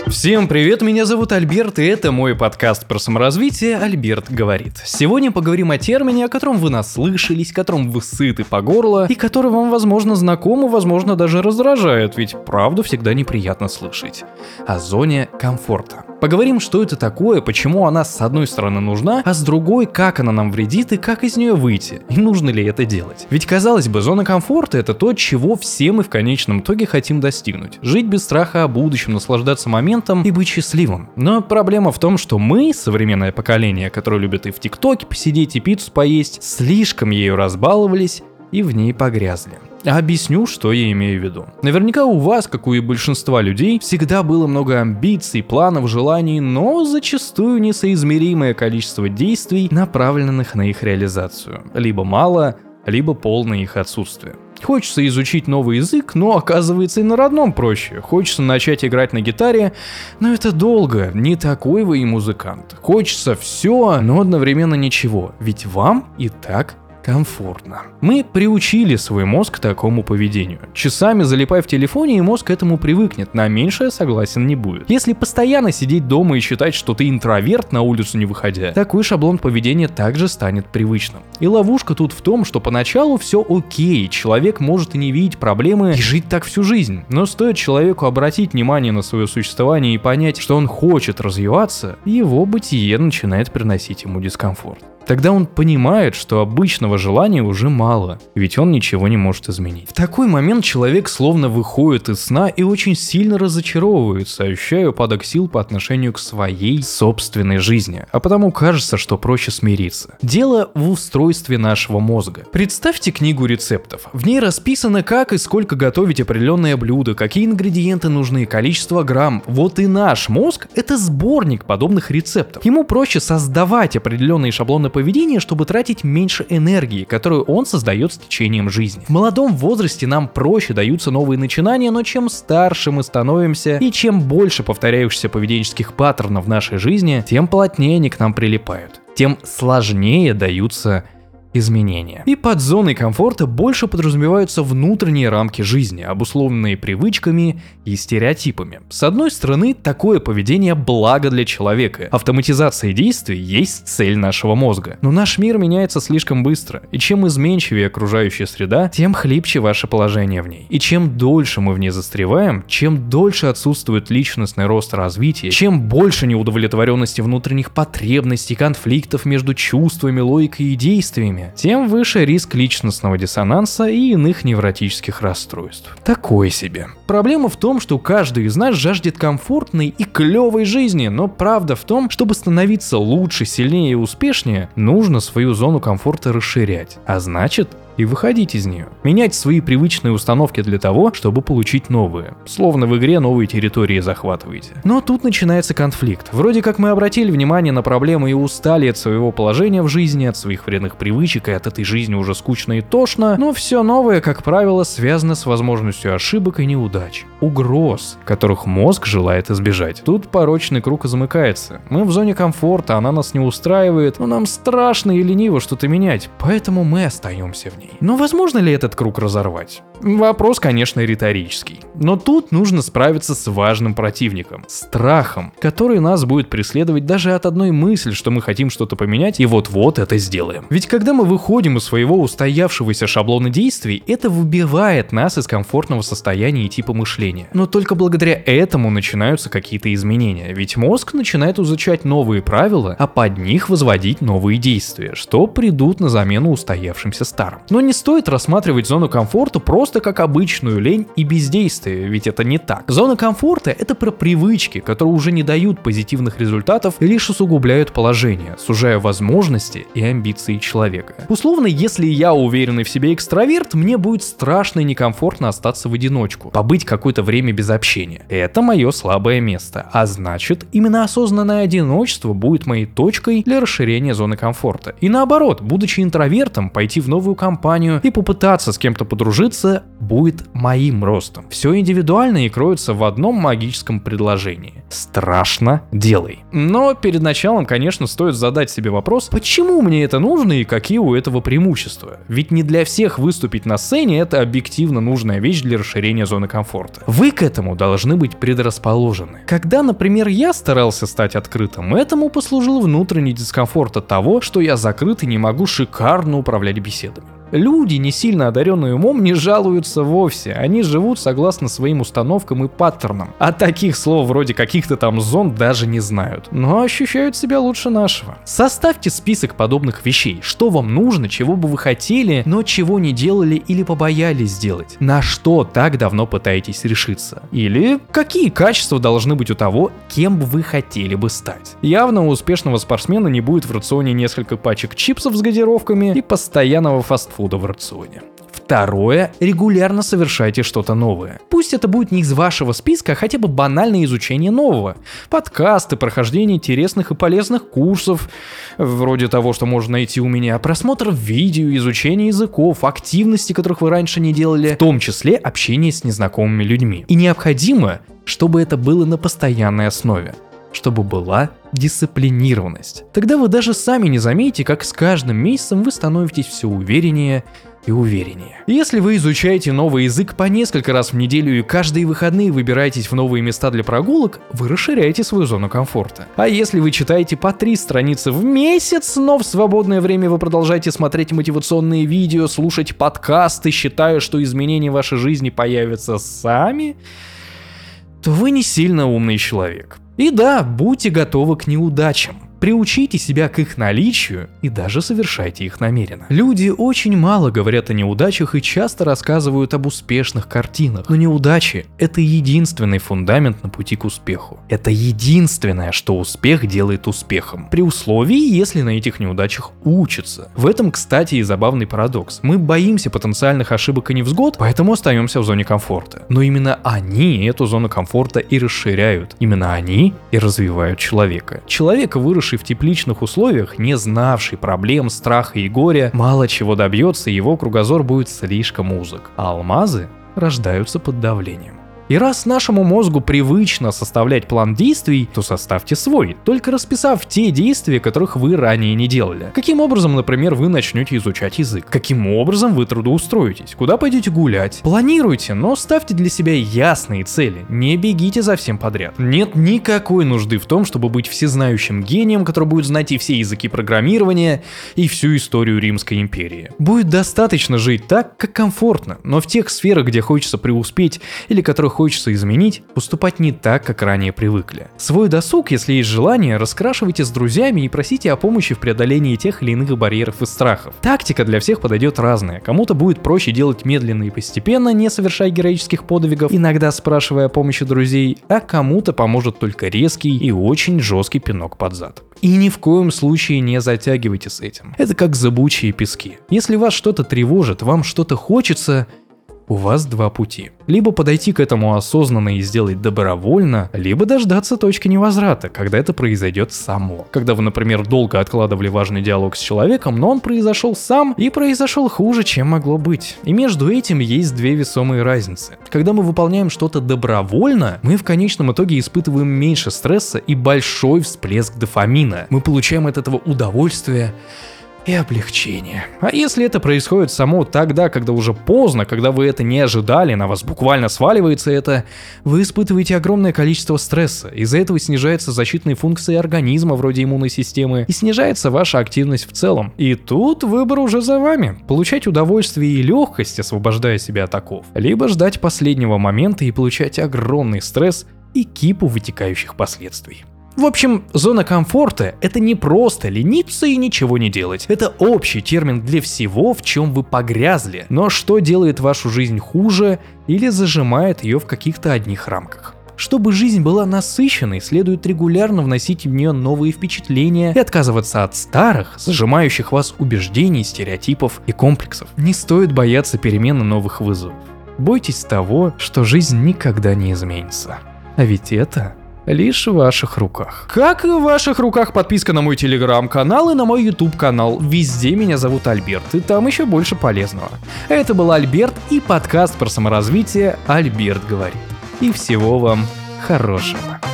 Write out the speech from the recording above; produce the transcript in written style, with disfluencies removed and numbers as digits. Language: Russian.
Всем привет, меня зовут Альберт, и это мой подкаст про саморазвитие «Альберт говорит». Сегодня поговорим о термине, о котором вы наслышались, которым вы сыты по горло, и который вам, возможно, знаком, и, возможно, даже раздражает, ведь правду всегда неприятно слышать. О зоне комфорта. Поговорим, что это такое, почему она с одной стороны нужна, а с другой, как она нам вредит и как из нее выйти, и нужно ли это делать. Ведь, казалось бы, зона комфорта — это то, чего все мы в конечном итоге хотим достигнуть. Жить без страха о будущем, наслаждаться моментом и быть счастливым. Но проблема в том, что мы, современное поколение, которое любит и в ТикТоке посидеть, и пиццу поесть, слишком ею разбаловались и в ней погрязли. Объясню, что я имею в виду. Наверняка у вас, как у и большинства людей, всегда было много амбиций, планов, желаний, но зачастую несоизмеримое количество действий, направленных на их реализацию. Либо мало, либо полное их отсутствие. Хочется изучить новый язык, но оказывается и на родном проще. Хочется начать играть на гитаре, но это долго, не такой вы и музыкант. Хочется все, но одновременно ничего, ведь вам и так комфортно. Мы приучили свой мозг к такому поведению. Часами залипай в телефоне, и мозг к этому привыкнет, на меньшее согласен не будет. Если постоянно сидеть дома и считать, что ты интроверт, на улицу не выходя, такой шаблон поведения также станет привычным. И ловушка тут в том, что поначалу все окей, человек может и не видеть проблемы и жить так всю жизнь. Но стоит человеку обратить внимание на свое существование и понять, что он хочет развиваться, его бытие начинает приносить ему дискомфорт. Тогда он понимает, что обычного желания уже мало, ведь он ничего не может изменить. В такой момент человек словно выходит из сна и очень сильно разочаровывается, ощущая упадок сил по отношению к своей собственной жизни, а потому кажется, что проще смириться. Дело в устройстве нашего мозга. Представьте книгу рецептов. В ней расписано, как и сколько готовить определенное блюдо, какие ингредиенты нужны, количество грамм. Вот и наш мозг — это сборник подобных рецептов. Ему проще создавать определенные шаблоны поведения, чтобы тратить меньше энергии, которую он создает с течением жизни. В молодом возрасте нам проще даются новые начинания, но чем старше мы становимся и чем больше повторяющихся поведенческих паттернов в нашей жизни, тем плотнее они к нам прилипают, тем сложнее даются изменения. И под зоной комфорта больше подразумеваются внутренние рамки жизни, обусловленные привычками и стереотипами. С одной стороны, такое поведение благо для человека. Автоматизация действий есть цель нашего мозга. Но наш мир меняется слишком быстро, и чем изменчивее окружающая среда, тем хлипче ваше положение в ней. И чем дольше мы в ней застреваем, чем дольше отсутствует личностный рост и развитие, чем больше неудовлетворенности внутренних потребностей, конфликтов между чувствами, логикой и действиями, тем выше риск личностного диссонанса и иных невротических расстройств. Такое себе. Проблема в том, что каждый из нас жаждет комфортной и клевой жизни, но правда в том, чтобы становиться лучше, сильнее и успешнее, нужно свою зону комфорта расширять, а значит и выходить из нее. Менять свои привычные установки для того, чтобы получить новые. Словно в игре новые территории захватываете. Но тут начинается конфликт. Вроде как мы обратили внимание на проблемы и устали от своего положения в жизни, от своих вредных привычек и от этой жизни уже скучно и тошно, но все новое, как правило, связано с возможностью ошибок и неудач. Угроз, которых мозг желает избежать. Тут порочный круг и замыкается. Мы в зоне комфорта, она нас не устраивает, но нам страшно и лениво что-то менять, поэтому мы остаемся в ней. Но возможно ли этот круг разорвать? Вопрос, конечно, риторический. Но тут нужно справиться с важным противником – страхом, который нас будет преследовать даже от одной мысли, что мы хотим что-то поменять и вот-вот это сделаем. Ведь когда мы выходим из своего устоявшегося шаблона действий, это выбивает нас из комфортного состояния и типа мышления. Но только благодаря этому начинаются какие-то изменения, ведь мозг начинает изучать новые правила, а под них возводить новые действия, что придут на замену устоявшимся старым. Но не стоит рассматривать зону комфорта просто как обычную лень и бездействие, ведь это не так. Зона комфорта — это про привычки, которые уже не дают позитивных результатов и лишь усугубляют положение, сужая возможности и амбиции человека. Условно, если я уверенный в себе экстраверт, мне будет страшно и некомфортно остаться в одиночку, побыть какое-то время без общения. Это мое слабое место, а значит, именно осознанное одиночество будет моей точкой для расширения зоны комфорта. И наоборот, будучи интровертом, пойти в новую компанию, компанию и попытаться с кем-то подружиться будет моим ростом. Все индивидуально и кроется в одном магическом предложении. Страшно — делай. Но перед началом, конечно, стоит задать себе вопрос, почему мне это нужно и какие у этого преимущества? Ведь не для всех выступить на сцене — это объективно нужная вещь для расширения зоны комфорта. Вы к этому должны быть предрасположены. Когда, например, я старался стать открытым, этому послужил внутренний дискомфорт от того, что я закрыт и не могу шикарно управлять беседами. Люди, не сильно одаренные умом, не жалуются вовсе, они живут согласно своим установкам и паттернам. А таких слов вроде каких-то там зон даже не знают, но ощущают себя лучше нашего. Составьте список подобных вещей, что вам нужно, чего бы вы хотели, но чего не делали или побоялись сделать. На что так давно пытаетесь решиться. Или какие качества должны быть у того, кем бы вы хотели бы стать. Явно у успешного спортсмена не будет в рационе несколько пачек чипсов с газировками и постоянного фастфуда в рационе. Второе, регулярно совершайте что-то новое. Пусть это будет не из вашего списка, а хотя бы банальное изучение нового. Подкасты, прохождение интересных и полезных курсов, вроде того, что можно найти у меня, просмотр видео, изучение языков, активности, которых вы раньше не делали, в том числе общение с незнакомыми людьми. И необходимо, чтобы это было на постоянной основе. Чтобы была дисциплинированность. Тогда вы даже сами не заметите, как с каждым месяцем вы становитесь все увереннее и увереннее. Если вы изучаете новый язык по несколько раз в неделю и каждые выходные выбираетесь в новые места для прогулок, вы расширяете свою зону комфорта. А если вы читаете по 3 страницы в месяц, но в свободное время вы продолжаете смотреть мотивационные видео, слушать подкасты, считая, что изменения в вашей жизни появятся сами, то вы не сильно умный человек. И да, будьте готовы к неудачам. Приучите себя к их наличию и даже совершайте их намеренно. Люди очень мало говорят о неудачах и часто рассказывают об успешных картинах. Но неудачи — это единственный фундамент на пути к успеху. Это единственное, что успех делает успехом. При условии, если на этих неудачах учатся. В этом, кстати, и забавный парадокс. Мы боимся потенциальных ошибок и невзгод, поэтому остаемся в зоне комфорта. Но именно они эту зону комфорта и расширяют. Именно они и развивают человека. Человека, выросший в тепличных условиях, не знавший проблем, страха и горя, мало чего добьется, и его кругозор будет слишком узок. А алмазы рождаются под давлением. И раз нашему мозгу привычно составлять план действий, то составьте свой, только расписав те действия, которых вы ранее не делали. Каким образом, например, вы начнете изучать язык? Каким образом вы трудоустроитесь? Куда пойдете гулять? Планируйте, но ставьте для себя ясные цели. Не бегите за всем подряд. Нет никакой нужды в том, чтобы быть всезнающим гением, который будет знать и все языки программирования, и всю историю Римской империи. Будет достаточно жить так, как комфортно, но в тех сферах, где хочется преуспеть или которых хочется изменить, поступать не так, как ранее привыкли. Свой досуг, если есть желание, раскрашивайте с друзьями и просите о помощи в преодолении тех или иных барьеров и страхов. Тактика для всех подойдет разная. Кому-то будет проще делать медленно и постепенно, не совершая героических подвигов, иногда спрашивая о помощи друзей, а кому-то поможет только резкий и очень жесткий пинок под зад. И ни в коем случае не затягивайте с этим. Это как зыбучие пески. Если вас что-то тревожит, вам что-то хочется, у вас два пути. Либо подойти к этому осознанно и сделать добровольно, либо дождаться точки невозврата, когда это произойдет само. Когда вы, например, долго откладывали важный диалог с человеком, но он произошел сам и произошел хуже, чем могло быть. И между этим есть две весомые разницы. Когда мы выполняем что-то добровольно, мы в конечном итоге испытываем меньше стресса и большой всплеск дофамина. Мы получаем от этого удовольствие и облегчение. А если это происходит само тогда, когда уже поздно, когда вы это не ожидали, на вас буквально сваливается это, вы испытываете огромное количество стресса. Из-за этого снижаются защитные функции организма, вроде иммунной системы, и снижается ваша активность в целом. И тут выбор уже за вами. Получать удовольствие и легкость, освобождая себя от оков, либо ждать последнего момента и получать огромный стресс и кипу вытекающих последствий. В общем, зона комфорта — это не просто лениться и ничего не делать. Это общий термин для всего, в чем вы погрязли, но что делает вашу жизнь хуже или зажимает ее в каких-то одних рамках. Чтобы жизнь была насыщенной, следует регулярно вносить в нее новые впечатления и отказываться от старых, зажимающих вас убеждений, стереотипов и комплексов. Не стоит бояться перемены новых вызовов. Бойтесь того, что жизнь никогда не изменится. А ведь это лишь в ваших руках. Как и в ваших руках подписка на мой телеграм-канал и на мой YouTube-канал. Везде меня зовут Альберт, и там еще больше полезного. Это был Альберт и подкаст про саморазвитие «Альберт говорит». И всего вам хорошего.